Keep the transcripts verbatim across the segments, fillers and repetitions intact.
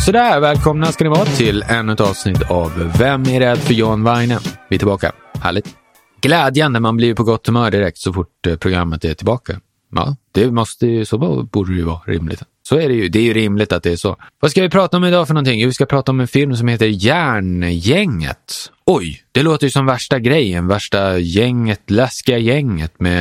Sådär, välkomna ska ni vara till ännu ett avsnitt av Vem är rädd för John Weine? Vi är tillbaka. Härligt. Glädjande, man blir på gott humör direkt så fort programmet är tillbaka. Ja, det måste ju, så borde det ju vara rimligt. Så är det ju, det är ju rimligt att det är så. Vad ska vi prata om idag för någonting? Jo, vi ska prata om en film som heter Järngänget. Oj, det låter ju som värsta grejen, värsta gänget, läskiga gänget med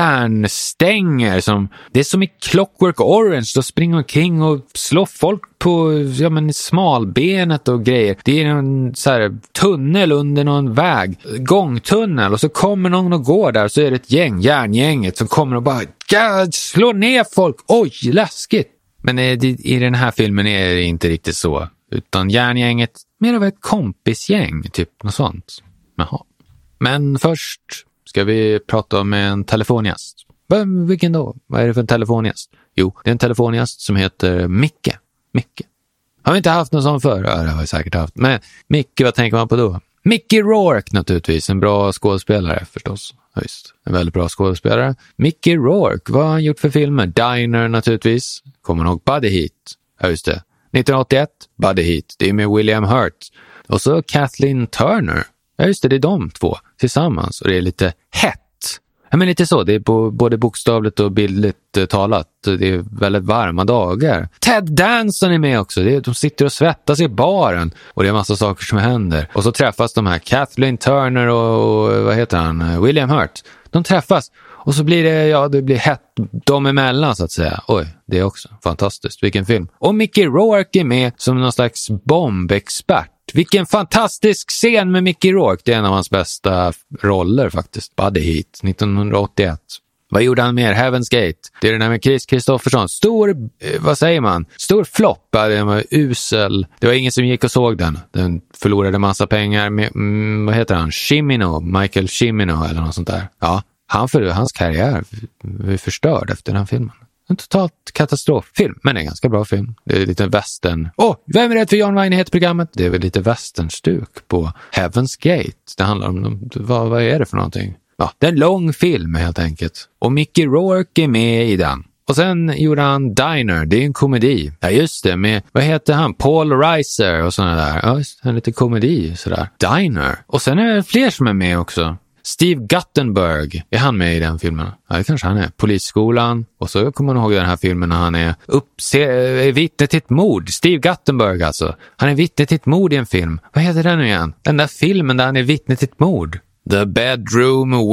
järnstänger som, det är som i Clockwork Orange, då springer omkring och slår folk på, ja men smalbenet och grejer. Det är en så här tunnel under någon väg, gångtunnel, och så kommer någon och går där, så är det ett gäng, järngänget, som kommer och bara slår ner folk. Oj, läskigt. Men i den här filmen är det inte riktigt så, utan järngänget mer av ett kompisgäng, typ något sånt. Jaha. Men först ska vi prata om en telefongäst. Vem, vilken då? Vad är det för en telefongäst? Jo, det är en telefongäst som heter Micke. Micke. Har vi inte haft någon sån förr? Ja, det har vi säkert haft. Men Micke, vad tänker man på då? Mickey Rourke naturligtvis, en bra skådespelare förstås. Ja, just. En väldigt bra skådespelare. Mickey Rourke, vad har han gjort för filmer? Diner naturligtvis. Kommer ihåg Buddy Heat? Ja, just det. nittonhundraåttioett, Buddy Heat. Det är med William Hurt. Och så Kathleen Turner. Ja, just det, det är de två tillsammans. Och det är lite hett. Ja, men lite så. Det är på, både bokstavligt och bildligt eh, talat. Det är väldigt varma dagar. Ted Danson är med också. Det är, de sitter och svettas i baren. Och det är massa saker som händer. Och så träffas de här Kathleen Turner och, och vad heter han? William Hurt. De träffas. Och så blir det, ja, det blir hett dem emellan så att säga. Oj, det är också fantastiskt. Vilken film. Och Mickey Rourke är med som någon slags bombexpert. Vilken fantastisk scen med Mickey Rourke. Det är en av hans bästa roller faktiskt. Buddy Heat, nittonhundraåttioett. Vad gjorde han mer? Heaven's Gate. Det är den här med Chris Kristofferson. Stor, eh, vad säger man? Stor flopp. Det var usel. Det var ingen som gick och såg den. Den förlorade massa pengar med, mm, vad heter han? Cimino. Michael Cimino eller något sånt där. Ja, han för, hans karriär var förstörd efter den filmen. En totalt katastroffilm, men en ganska bra film. Det är lite western. Åh, oh, vem är rädd för John Weine heter programmet? Det är väl lite westernstuk på Heaven's Gate. Det handlar om, vad, vad är det för någonting? Ja, det är en lång film helt enkelt. Och Mickey Rourke är med i den. Och sen gjorde han Diner, det är en komedi. Ja just det, med, vad heter han? Paul Reiser och sådana där. Ja, just, en liten komedi sådär. Diner. Och sen är det fler som är med också. Steve Guttenberg, är han med i den filmen? Ja, det kanske han är. Polisskolan. Och så kommer man ihåg den här filmen när han är, uppse- är vittne till ett mord. Steve Guttenberg alltså. Han är vittne till ett mord i en film. Vad heter den nu igen? Den där filmen där han är vittne till ett mord. The Bedroom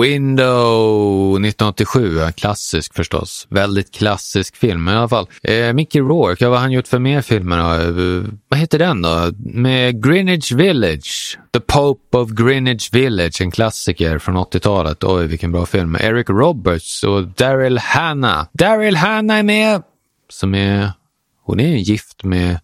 Window nittonhundraåttiosju, klassisk förstås. Väldigt klassisk film i alla fall. Eh, Mickey Rourke, ja, vad har han gjort för mer filmer då? Eh, vad heter den då? Med Greenwich Village. The Pope of Greenwich Village, en klassiker från åttiotalet. Oj, vilken bra film. Eric Roberts och Daryl Hannah. Daryl Hannah är med. Som är, hon är gift med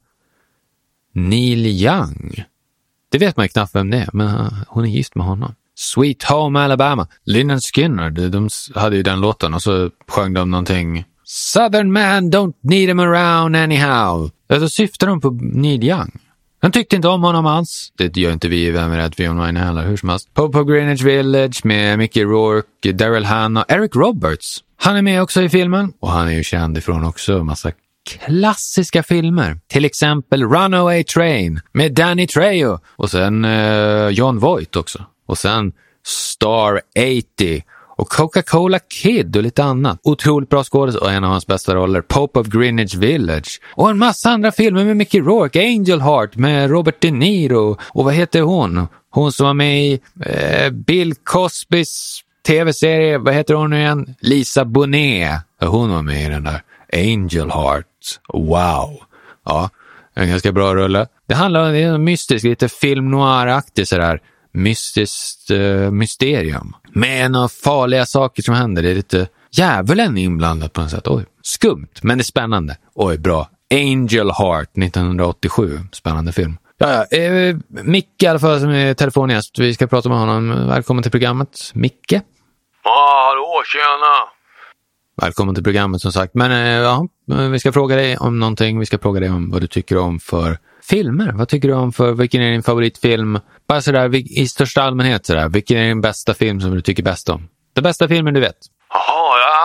Neil Young. Det vet man ju knappt vem det är, men hon är gift med honom. Sweet Home Alabama. Lynyrd Skynyrd, de hade ju den låten och så sjöng de någonting. Southern man don't need him around anyhow. Ja, då syftar de på Neil Young. Han tyckte inte om honom alls. Det gör inte vi i Vem är rädd för John Weine heller, hur som helst. Pope of Greenwich Village med Mickey Rourke, Daryl Hannah, Eric Roberts. Han är med också i filmen. Och han är ju känd ifrån också massa klassiska filmer. Till exempel Runaway Train med Danny Trejo. Och sen uh, John Voight också. Och sen Star åttio och Coca-Cola Kid och lite annat. Otroligt bra skådis och en av hans bästa roller, Pope of Greenwich Village. Och en massa andra filmer med Mickey Rourke, Angel Heart med Robert De Niro. Och vad heter hon? Hon som var med i eh, Bill Cosbys tv-serie, vad heter hon nu igen? Lisa Bonet. Hon var med i den där Angel Heart. Wow. Ja, en ganska bra rulle. Det handlar om en mystisk, lite film noir-aktig sådär. Mystiskt uh, mysterium. Med några farliga saker som händer. Det är lite djävulen inblandat på något sätt. Oj, skumt, men det är spännande. Oj, bra. Angel Heart nittonhundraåttiosju. Spännande film. Ja, ja. Eh, Micke i alla fall som är telefongäst. Vi ska prata med honom. Välkommen till programmet, Micke. Ja, hallå, tjena. Välkommen till programmet som sagt. Men eh, ja, vi ska fråga dig om någonting. Vi ska fråga dig om vad du tycker om för filmer. Vad tycker du om för, vilken är din favoritfilm? Bara sådär, i största allmänhet sådär. Vilken är din bästa film som du tycker bäst om? Den bästa filmen du vet? Jaha, ja,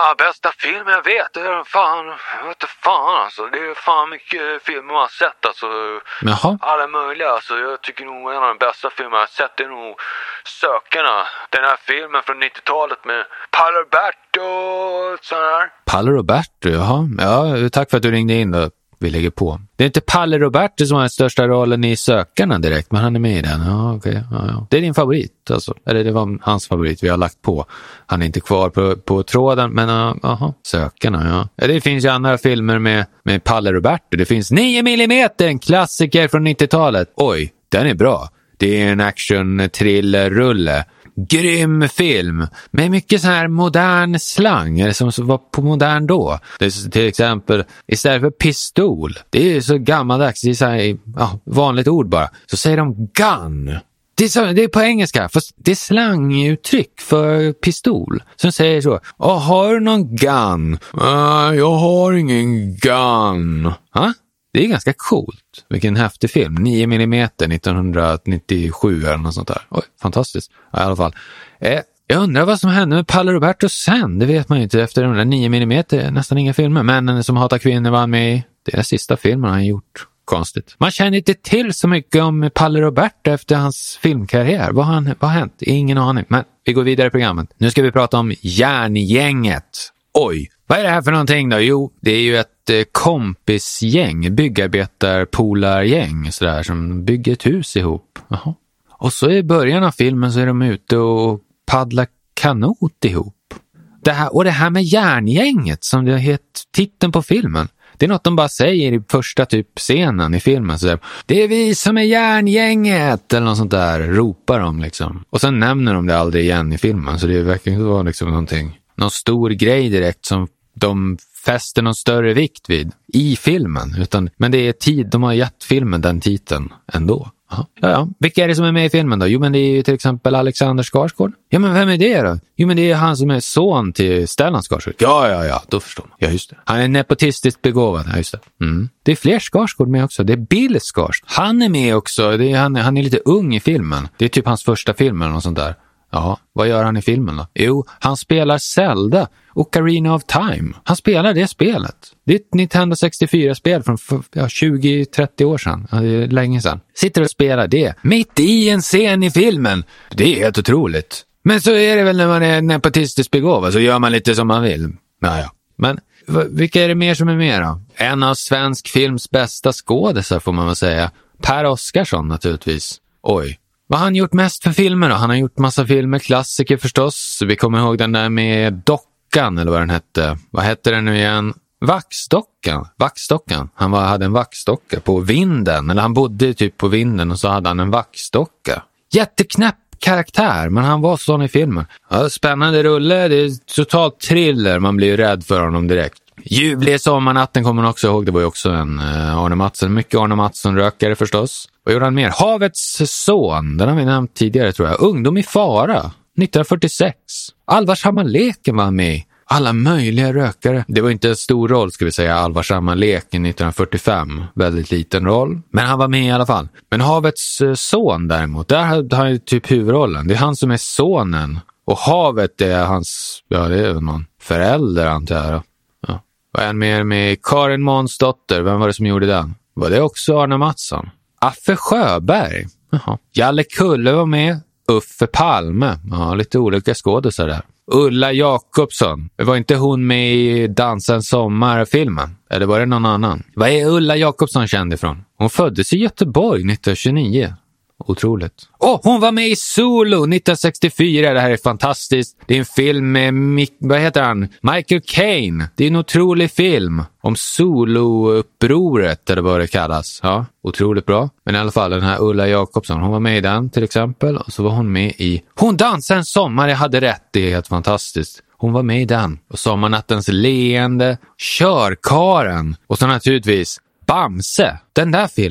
Ja, bästa film jag vet, det är fan, jag vet inte fan alltså. Det är fan mycket filmer man har sett alltså. Jaha. Alla möjliga alltså. Jag tycker nog en av de bästa filmer jag har sett är nog Sökarna. Den här filmen från nittiotalet med Paolo Roberto och sån här. Paolo Roberto, jaha. Ja, tack för att du ringde in då. Vi lägger på. Det är inte Paolo Roberto som har den största rollen i Sökarna direkt, men han är med i den. Ja, okej. Okay. Ja, ja. Det är din favorit alltså. Eller det var hans favorit vi har lagt på. Han är inte kvar på, på tråden, men aha, uh, Sökarna, ja. Det finns ju andra filmer med, med Paolo Roberto. Det finns nio millimeter, en klassiker från nittiotalet. Oj, den är bra. Det är en action-thriller-rulle. Grym film med mycket så här modern slang, eller som var på modern då. Det är till exempel istället för pistol, det är så gammaldags, det är så här, ja, vanligt ord bara, så säger de gun. Det är, så, det är på engelska, fast det är slanguttryck för pistol. Som säger så, oh, har du någon gun? Uh, jag har ingen gun. Ha? Det är ganska coolt. Vilken häftig film. nio millimeter nittonhundranittiosju eller något sånt där. Oj, fantastiskt. Ja, i alla fall. Eh, jag undrar vad som hände med Paolo Roberto sen. Det vet man ju inte efter de där nio millimeter. Nästan inga filmer. Männen som hatar kvinnor var med i. Det är den sista filmen han gjort. Konstigt. Man känner inte till så mycket om Paolo Roberto efter hans filmkarriär. Vad har, han, vad har hänt? Ingen aning. Men vi går vidare i programmet. Nu ska vi prata om Järngänget. Oj, vad är det här för någonting då? Jo, det är ju ett eh, kompisgäng, byggarbetarpolargäng sådär, som bygger ett hus ihop. Jaha. Och så i början av filmen så är de ute och paddlar kanot ihop. Det här, och det här med Järngänget som det heter titeln på filmen. Det är något de bara säger i första typ scenen i filmen. Så där, det är vi som är Järngänget! Eller något sånt där, ropar de liksom. Och sen nämner de det aldrig igen i filmen. Så det verkar inte vara liksom någonting, någon stor grej direkt som de fäster någon större vikt vid i filmen. Utan, men det är tid, de har gett filmen den titeln ändå. Aha. Ja, ja. Vilka är det som är med i filmen då? Jo, men det är ju till exempel Alexander Skarsgård. Ja, men vem är det då? Jo, men det är han som är son till Stellan Skarsgård. Ja, ja, ja, då förstår man. Ja, just det. Han är nepotistiskt begåvad. Ja, just det. Mm. Det är fler Skarsgård med också. Det är Bill Skarsgård. Han är med också. Det är, han, han är lite ung i filmen. Det är typ hans första film eller något sånt där. Ja, vad gör han i filmen då? Jo, han spelar Zelda och Ocarina of Time. Han spelar det spelet. Det är ett Nintendo sextiofyra-spel från ja, tjugo till trettio år sedan. Ja, det är länge sedan. Sitter och spelar det mitt i en scen i filmen. Det är helt otroligt. Men så är det väl när man är nepotistiskt begåvad, så gör man lite som man vill. Naja, men vilka är det mer som är med då? En av svensk films bästa skådespelare får man väl säga. Per Oscarsson naturligtvis. Oj. Vad har han gjort mest för filmer då? Han har gjort massa filmer, klassiker förstås. Vi kommer ihåg den där med Dockan, eller vad den hette. Vad hette den nu igen? Vaxdockan. Vaxdockan. Han var, hade en vaxdocka på vinden. Eller han bodde typ på vinden och så hade han en vaxdocka. Jätteknäpp karaktär, men han var sån i filmen. Ja, spännande rulle, det är totalt thriller. Man blir ju rädd för honom direkt. Ljuvlig sommarnatten kommer man också ihåg. Det var ju också en uh, Arne Mattsson. Mycket Arne Mattsson-rökare förstås. Vad gjorde han mer? Havets son. Den har vi nämnt tidigare tror jag. Ungdom i fara. nittonhundrafyrtiosex. Allvarsamma leken var med. Alla möjliga rökare. Det var inte en stor roll ska vi säga. Allvarsamma leken nittonhundrafyrtiofem. Väldigt liten roll. Men han var med i alla fall. Men Havets son däremot. Där har han ju typ huvudrollen. Det är han som är sonen. Och havet är hans, ja det är väl någon förälder antar jag. Ja. Och en mer med Karin Månsdotter. Vem var det som gjorde den? Var det också Arne Mattsson? Affe Sjöberg. Jaha. Jalle Kulle var med. Uffe Palme. Ja, lite olika skådespelare där. Ulla Jakobsson. Var inte hon med i Dansens sommar-filmen? Eller var det någon annan? Vad är Ulla Jakobsson känd ifrån? Hon föddes i Göteborg nittonhundratjugonio. Otroligt. Åh, oh, hon var med i Solo nittonhundrasextiofyra. Det här är fantastiskt. Det är en film med, Mick, vad heter han? Michael Caine. Det är en otrolig film om Solo-upproret eller vad det kallas. Ja, otroligt bra. Men i alla fall den här Ulla Jakobsson, hon var med i den till exempel. Och så var hon med i Hon dansar en sommar, jag hade rätt. Det är helt fantastiskt. Hon var med i den. Och Sommarnattens leende, Körkaren. Och så naturligtvis Bamse, den där filmen.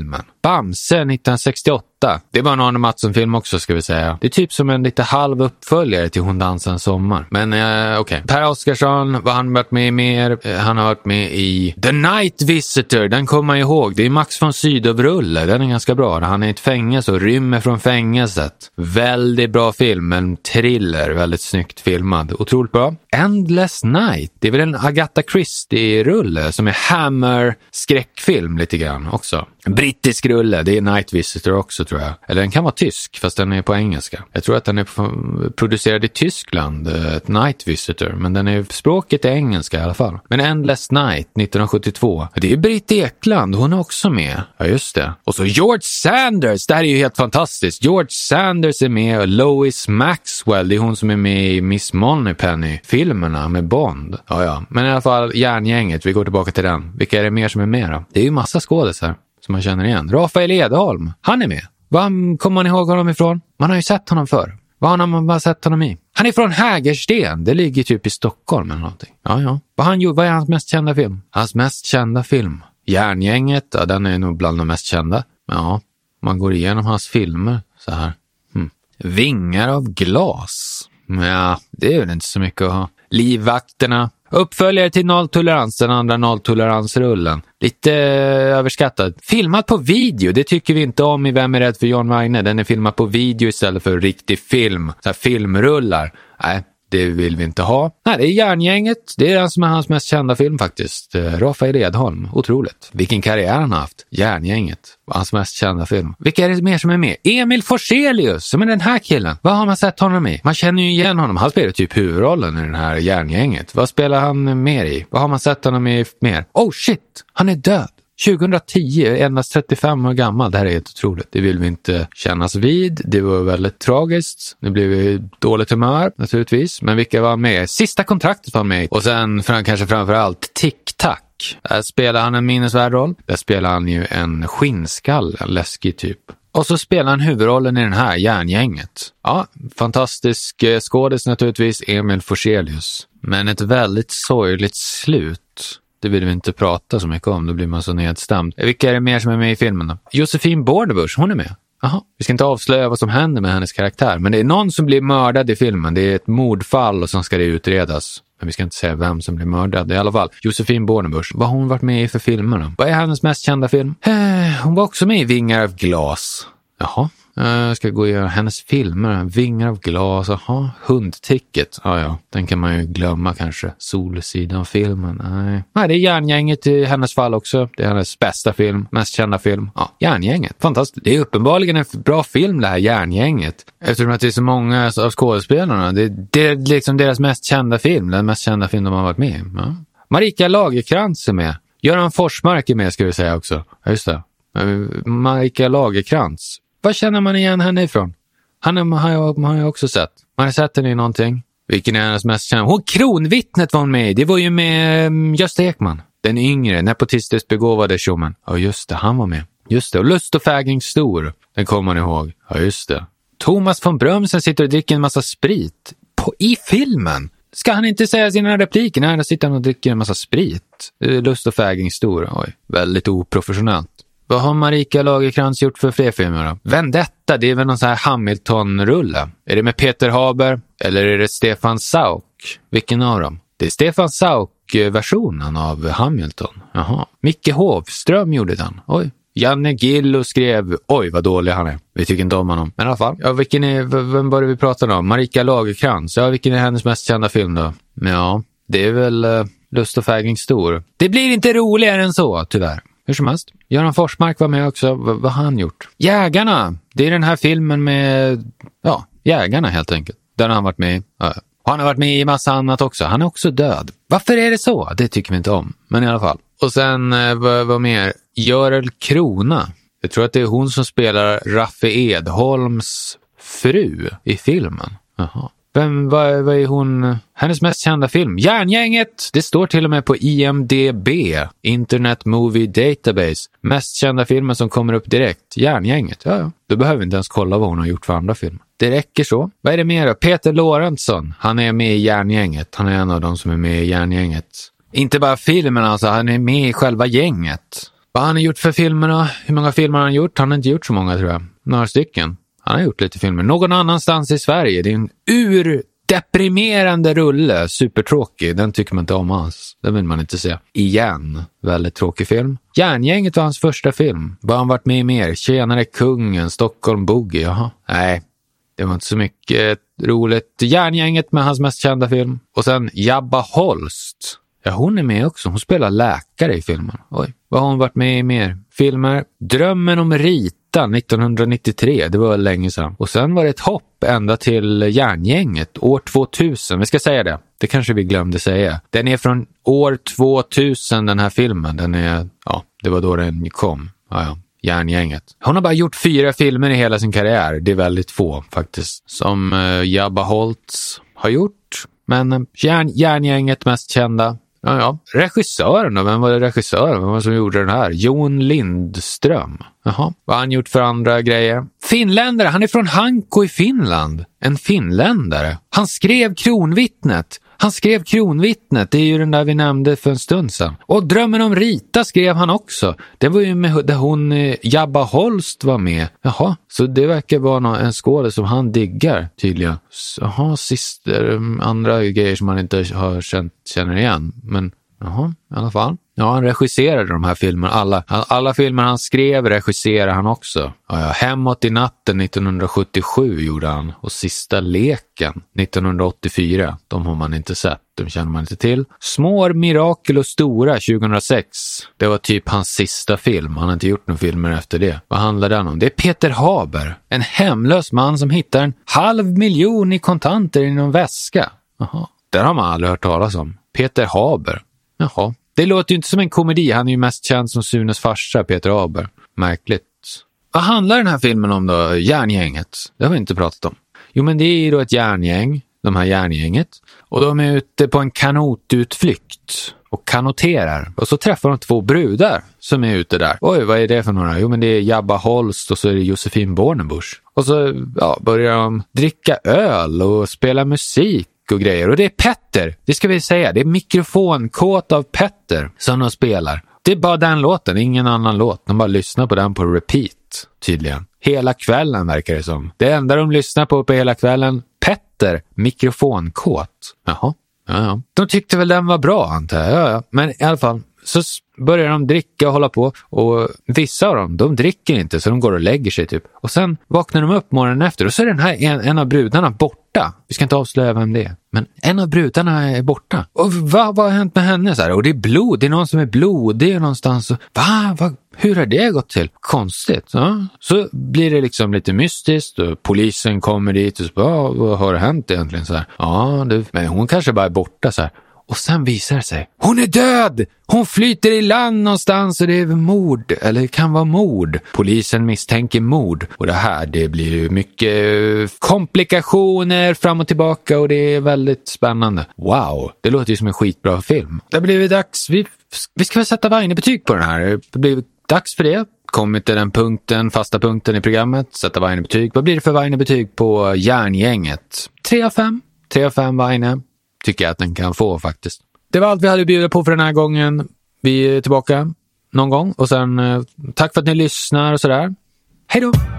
Bamse nittonhundrasextioåtta. Det var en Arne Mattsson-film också, ska vi säga. Det är typ som en lite halv uppföljare till Hon dansar en sommar. Men eh, okej. Okay. Per Oscarsson, vad han varit med i mer? Eh, han har varit med i The Night Visitor. Den kommer man ihåg. Det är Max von Sydow-rulle. Den är ganska bra. Han är i ett fängelse och rymmer från fängelset. Väldigt bra film. En thriller. Väldigt snyggt filmad. Otroligt bra. Endless Night. Det är väl en Agatha Christie-rulle som är Hammer-skräckfilm lite grann också. En brittisk rulle. Det är Night Visitor också, tror jag. Eller den kan vara tysk, fast den är på engelska. Jag tror att den är producerad i Tyskland, ett Night Visitor. Men den är, språket är engelska i alla fall. Men Endless Night nittonhundrasjuttiotvå. Det är Britt Ekland, hon är också med. Ja, just det. Och så George Sanders, det här är ju helt fantastiskt. George Sanders är med och Lois Maxwell, det är hon som är med i Miss Moneypenny-filmerna med Bond. Ja, ja. Men i alla fall, Järngänget, vi går tillbaka till den. Vilka är det mer som är med då? Det är ju massa skådespelare som man känner igen. Rafael Edholm, han är med. Vad kommer man ihåg honom ifrån? Man har ju sett honom förr. Vad har man bara sett honom i? Han är från Hägersten. Det ligger typ i Stockholm eller någonting. Ja, ja. Vad han gjorde, vad är hans mest kända film? Hans mest kända film? Järngänget, ja, den är nog bland de mest kända. Ja, man går igenom hans filmer så här. Hm. Vingar av glas. Ja, det är väl inte så mycket att ha. Livvakterna. Uppföljare till Nolltolerans, den andra nolltoleransrullen. Lite eh, överskattad. Filmad på video, det tycker vi inte om i Vem är rädd för John Wayne. Den är filmad på video istället för riktig film. Så här filmrullar. Nej, det vill vi inte ha. Nej, det är Järngänget. Det är den som är hans mest kända film faktiskt. Rafael Edholm. Otroligt. Vilken karriär han har haft. Järngänget. Hans mest kända film. Vilka är det mer som är med? Emil Forselius, som är den här killen. Vad har man sett honom i? Man känner ju igen honom. Han spelar typ huvudrollen i den här Järngänget. Vad spelar han mer i? Vad har man sett honom i mer? Oh shit, han är död. tjugohundratio, endast trettiofem år gammal. Det här är helt otroligt. Det vill vi inte kännas vid. Det var väldigt tragiskt. Nu blev vi dåligt humör naturligtvis. Men vilka var med? Sista kontraktet var med. Och sen fram, kanske framförallt Tic-Tac. Där spelar han en minnesvärd roll. Där spelar han ju en skinnskall, en läskig typ. Och så spelar han huvudrollen i den här Järngänget. Ja, fantastisk skådis naturligtvis, Emil Forselius. Men ett väldigt sorgligt slut. Det vill vi inte prata så mycket om, då blir man så nedstämd. Vilka är det mer som är med i filmen då? Josefin Bornebusch, hon är med. Jaha, vi ska inte avslöja vad som händer med hennes karaktär. Men det är någon som blir mördad i filmen. Det är ett mordfall och så ska det utredas. Men vi ska inte säga vem som blir mördad. I alla fall, Josefin Bornebusch. Vad har hon varit med i för filmer då? Vad är hennes mest kända film? Eh, hon var också med i Vingar av glas. Jaha. Jag ska gå och göra hennes filmer. Vingar av glas. Aha. Hundticket. Ja, ja. Den kan man ju glömma kanske. Solsidan-filmen. Nej. Nej, det är Järngänget i hennes fall också. Det är hennes bästa film. Mest kända film. Ja, Järngänget. Fantastiskt. Det är uppenbarligen en bra film det här Järngänget. Eftersom att det är så många av skådespelarna. Det, det är liksom deras mest kända film. Den mest kända film de har varit med i. Ja. Marika Lagercrantz är med. Göran Forsmark är med, ska vi säga också. Ja, just det. Marika Lagercrantz. Vad känner man igen henne ifrån? Han har jag, har jag också sett. Man har sett henne i någonting. Vilken är hennes mest kända? Hon Kronvittnet var hon med. Det var ju med um, Gösta Ekman. Den yngre, nepotistiskt begåvade showman. Ja just det, han var med. Just det, och Lust och fägring stor. Den kommer man ihåg. Ja just det. Thomas von Brömsen sitter och dricker en massa sprit. På, i filmen. Ska han inte säga sina repliker? Nej, där sitter han och dricker en massa sprit. Lust och fägring stor. Oj, väldigt oprofessionellt. Vad har Marika Lagercrantz gjort för fler filmer då? Vendetta, det är väl någon sån här Hamilton-rulle. Är det med Peter Haber eller är det Stefan Sauk? Vilken av dem? Det är Stefan Sauk-versionen av Hamilton. Jaha. Micke Hovström gjorde den. Oj. Janne Gillo skrev, oj vad dålig han är. Vi tycker inte om honom. Men i alla fall. Ja, vilken är, vem var det vi pratade om? Marika Lagercrantz. Ja, vilken är hennes mest kända film då? Ja, det är väl uh, Lust och fägring stor. Det blir inte roligare än så, tyvärr. Hur som helst. Göran Forsmark var med också. V- vad har han gjort? Jägarna! Det är den här filmen med... Ja, Jägarna helt enkelt. Den har han varit med i. Ja. Han har varit med i massa annat också. Han är också död. Varför är det så? Det tycker vi inte om. Men i alla fall. Och sen, eh, vad, vad mer? Görel Krona. Jag tror att det är hon som spelar Raffe Edholms fru i filmen. Jaha. Vem, vad, vad är hon? Hennes mest kända film? Järngänget! Det står till och med på I M D B. Internet Movie Database. Mest kända filmen som kommer upp direkt. Järngänget. Ja, ja. Du behöver inte ens kolla vad hon har gjort för andra filmer. Det räcker så. Vad är det mer då? Peter Lorentzon. Han är med i Järngänget. Han är en av dem som är med i Järngänget. Inte bara filmen alltså. Han är med i själva gänget. Vad han har gjort för filmerna? Hur många filmer har han gjort? Han har inte gjort så många, tror jag. Några stycken. Han har gjort lite filmer. Någon annanstans i Sverige. Det är en urdeprimerande rulle. Supertråkig. Den tycker man inte om alls. Den vill man inte se. Igen. Väldigt tråkig film. Järngänget var hans första film. Vad har han varit med i mer? Tjänare kungen. Stockholm Boogie. Jaha. Nej. Det var inte så mycket roligt. Järngänget med hans mest kända film. Och sen Jabba Holst. Ja, hon är med också. Hon spelar läkare i filmen. Oj, vad har hon varit med i mer? Filmer. Drömmen om Rita nittonhundranittiotre. Det var länge sedan. Och sen var det ett hopp ända till Järngänget. År tvåtusen. Vi ska säga det. Det kanske vi glömde säga. Den är från år tvåtusen, den här filmen. Den är, ja, det var då den kom. Ja, ja. Järngänget. Hon har bara gjort fyra filmer i hela sin karriär. Det är väldigt få faktiskt. Som uh, Jabba Holtz har gjort. Men uh, järn, Järngänget mest kända. Ja, ja. Regissören då? Vem var det regissören? Vem var det som gjorde den här? Jon Lindström. Jaha. Vad har han gjort för andra grejer? Finländare. Han är från Hanko i Finland. En finländare. Han skrev Kronvittnet. Han skrev Kronvittnet, det är ju den där vi nämnde för en stund sedan. Och Drömmen om Rita skrev han också. Det var ju med där hon, Jabba Holst, var med. Jaha, så det verkar vara någon, en skådespelare som han diggar tydligen. Jaha, syster, andra grejer som man inte har känt, känner igen. Men jaha, i alla fall. Ja, han regisserade de här filmerna. Alla, alla filmer han skrev regisserade han också. Ja, ja. Hemåt i natten nittonhundrasjuttiosju gjorde han. Och Sista leken nittonhundraåttiofyra. De har man inte sett. De känner man inte till. Små mirakel och stora tjugohundrasex. Det var typ hans sista film. Han har inte gjort några filmer efter det. Vad handlar den om? Det är Peter Haber. En hemlös man som hittar en halv miljon i kontanter i någon väska. Jaha. Det har man aldrig hört talas om. Peter Haber. Jaha. Det låter ju inte som en komedi. Han är ju mest känd som Sunes farsa, Peter Haber. Märkligt. Vad handlar den här filmen om då? Järngänget. Det har vi inte pratat om. Jo, men det är ju då ett järngäng. De här järngänget. Och de är ute på en kanotutflykt. Och kanoterar. Och så träffar de två brudar som är ute där. Oj, vad är det för några? Jo, men det är Jabba Holst och så är det Josefin Bornebusch. Och så ja, börjar de dricka öl och spela musik. Och grejer. Och det är Petter, det ska vi säga. Det är mikrofonkåt av Petter som de spelar. Det är bara den låten, ingen annan låt. De bara lyssnar på den på repeat, tydligen. Hela kvällen verkar det som. Det enda de lyssnar på på hela kvällen, Petter, mikrofonkåt. Jaha, ja, ja. De tyckte väl den var bra, antar jag. Ja, ja. Men i alla fall, så börjar de dricka och hålla på. Och vissa av dem, de dricker inte så de går och lägger sig typ. Och sen vaknar de upp morgonen efter och så är den här en, en av brudarna borta. Vi ska inte avslöja vem det är. Men en av brudarna är borta. Och vad, vad har hänt med henne? Så här? Och det är blod, det är någon som är blodig någonstans. Och, va? va? Hur har det gått till? Konstigt. Ja. Så blir det liksom lite mystiskt och polisen kommer dit och så bara, vad har hänt egentligen? Så här, ja, det, men hon kanske bara är borta så här. Och sen visar det sig, hon är död! Hon flyter i land någonstans och det är mord. Eller det kan vara mord. Polisen misstänker mord. Och det här, det blir ju mycket komplikationer fram och tillbaka och det är väldigt spännande. Wow, det låter ju som en skitbra film. Det blir ju dags, vi, vi ska väl sätta Weine-betyg på den här. Det blir dags för det. Kommit till den punkten, fasta punkten i programmet. Sätta Weine-betyg. Vad blir det för Weine-betyg på Järngänget? tre av fem. tre av fem Weine. Tycker jag att den kan få faktiskt. Det var allt vi hade att bjuda på för den här gången. Vi är tillbaka någon gång. Och sen tack för att ni lyssnar och sådär. Hej då!